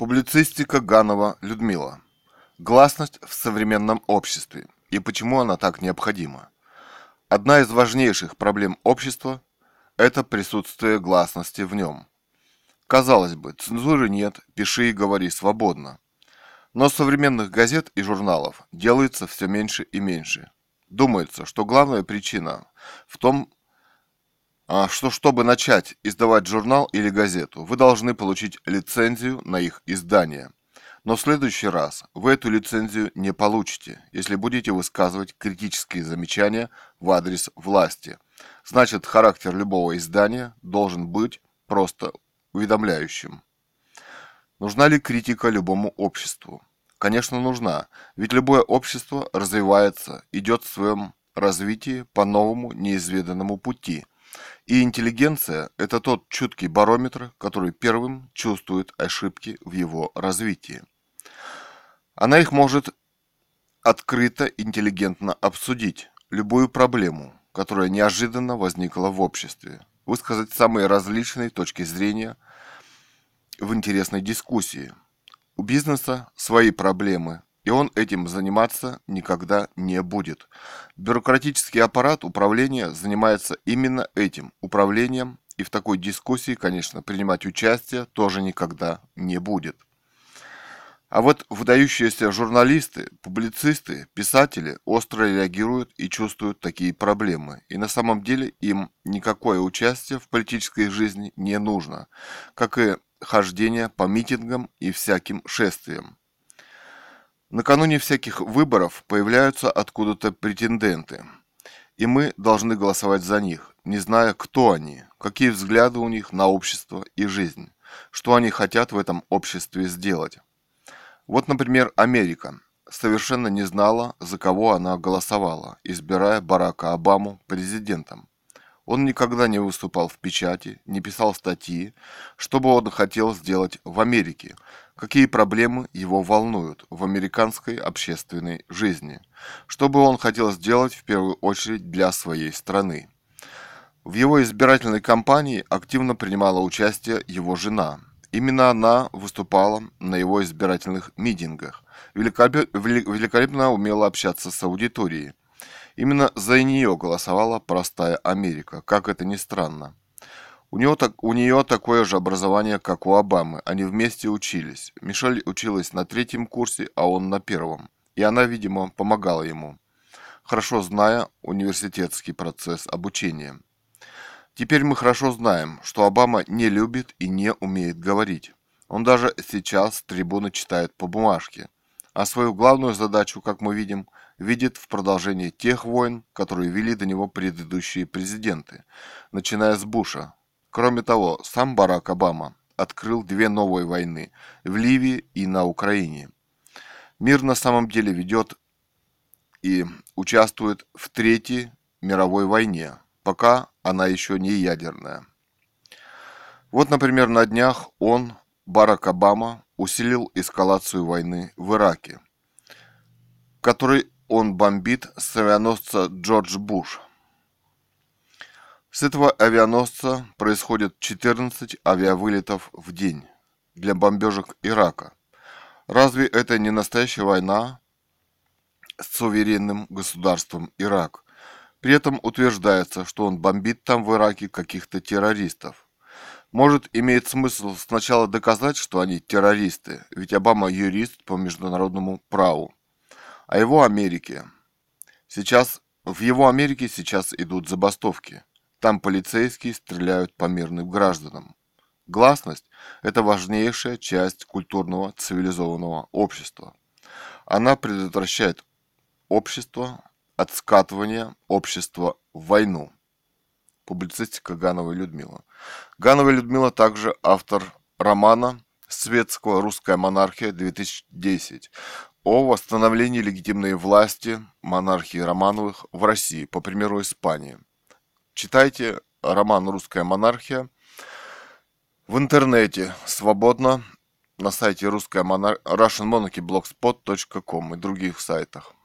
Публицистика Ганова Людмила. Гласность в современном обществе и почему она так необходима. Одна из важнейших проблем общества – это присутствие гласности в нем. Казалось бы, цензуры нет, пиши и говори свободно. Но современных газет и журналов делается все меньше и меньше. Думается, что главная причина в том, что чтобы начать издавать журнал или газету, вы должны получить лицензию на их издание. Но в следующий раз вы эту лицензию не получите, если будете высказывать критические замечания в адрес власти. Значит, характер любого издания должен быть просто уведомляющим. Нужна ли критика любому обществу? Конечно, нужна, ведь любое общество развивается, идет в своем развитии по новому неизведанному пути. И интеллигенция – это тот чуткий барометр, который первым чувствует ошибки в его развитии. Она их может открыто, интеллигентно обсудить, любую проблему, которая неожиданно возникла в обществе, высказать самые различные точки зрения в интересной дискуссии. У бизнеса свои проблемы, и он этим заниматься никогда не будет. Бюрократический аппарат управления занимается именно этим управлением, и в такой дискуссии, конечно, принимать участие тоже никогда не будет. А вот выдающиеся журналисты, публицисты, писатели остро реагируют и чувствуют такие проблемы. И на самом деле им никакое участие в политической жизни не нужно, как и хождение по митингам и всяким шествиям. Накануне всяких выборов появляются откуда-то претенденты, и мы должны голосовать за них, не зная, кто они, какие взгляды у них на общество и жизнь, что они хотят в этом обществе сделать. Вот, например, Америка совершенно не знала, за кого она голосовала, избирая Барака Обаму президентом. Он никогда не выступал в печати, не писал статьи, что бы он хотел сделать в Америке, какие проблемы его волнуют в американской общественной жизни, что бы он хотел сделать в первую очередь для своей страны. В его избирательной кампании активно принимала участие его жена. Именно она выступала на его избирательных митингах, великолепно умела общаться с аудиторией. Именно за нее голосовала простая Америка, как это ни странно. У нее такое же образование, как у Обамы, они вместе учились. Мишель училась на 3-м курсе, а он на 1-м. И она, видимо, помогала ему, хорошо зная университетский процесс обучения. Теперь мы хорошо знаем, что Обама не любит и не умеет говорить. Он даже сейчас с трибуны читает по бумажке. А свою главную задачу, как мы видим, видит в продолжении тех войн, которые вели до него предыдущие президенты, начиная с Буша. Кроме того, сам Барак Обама открыл 2 новые войны в Ливии и на Украине. Мир на самом деле ведет и участвует в 3-й мировой войне, пока она еще не ядерная. Вот, например, на днях Барак Обама, усилил эскалацию войны в Ираке, который он бомбит с авианосца Джордж Буш. С этого авианосца происходит 14 авиавылетов в день для бомбежек Ирака. Разве это не настоящая война с суверенным государством Ирак? При этом утверждается, что он бомбит там в Ираке каких-то террористов. Может, имеет смысл сначала доказать, что они террористы, ведь Обама юрист по международному праву. В его Америке сейчас идут забастовки. Там полицейские стреляют по мирным гражданам. Гласность – это важнейшая часть культурного цивилизованного общества. Она предотвращает общество от скатывания общества в войну. Публицистика Гановой Людмила. Ганова Людмила также автор романа Светского «Русская монархия 2010» о восстановлении легитимной власти монархии Романовых в России, по примеру Испании. Читайте роман «Русская монархия» в интернете свободно на сайте russianmonarchyblogspot.com и других сайтах.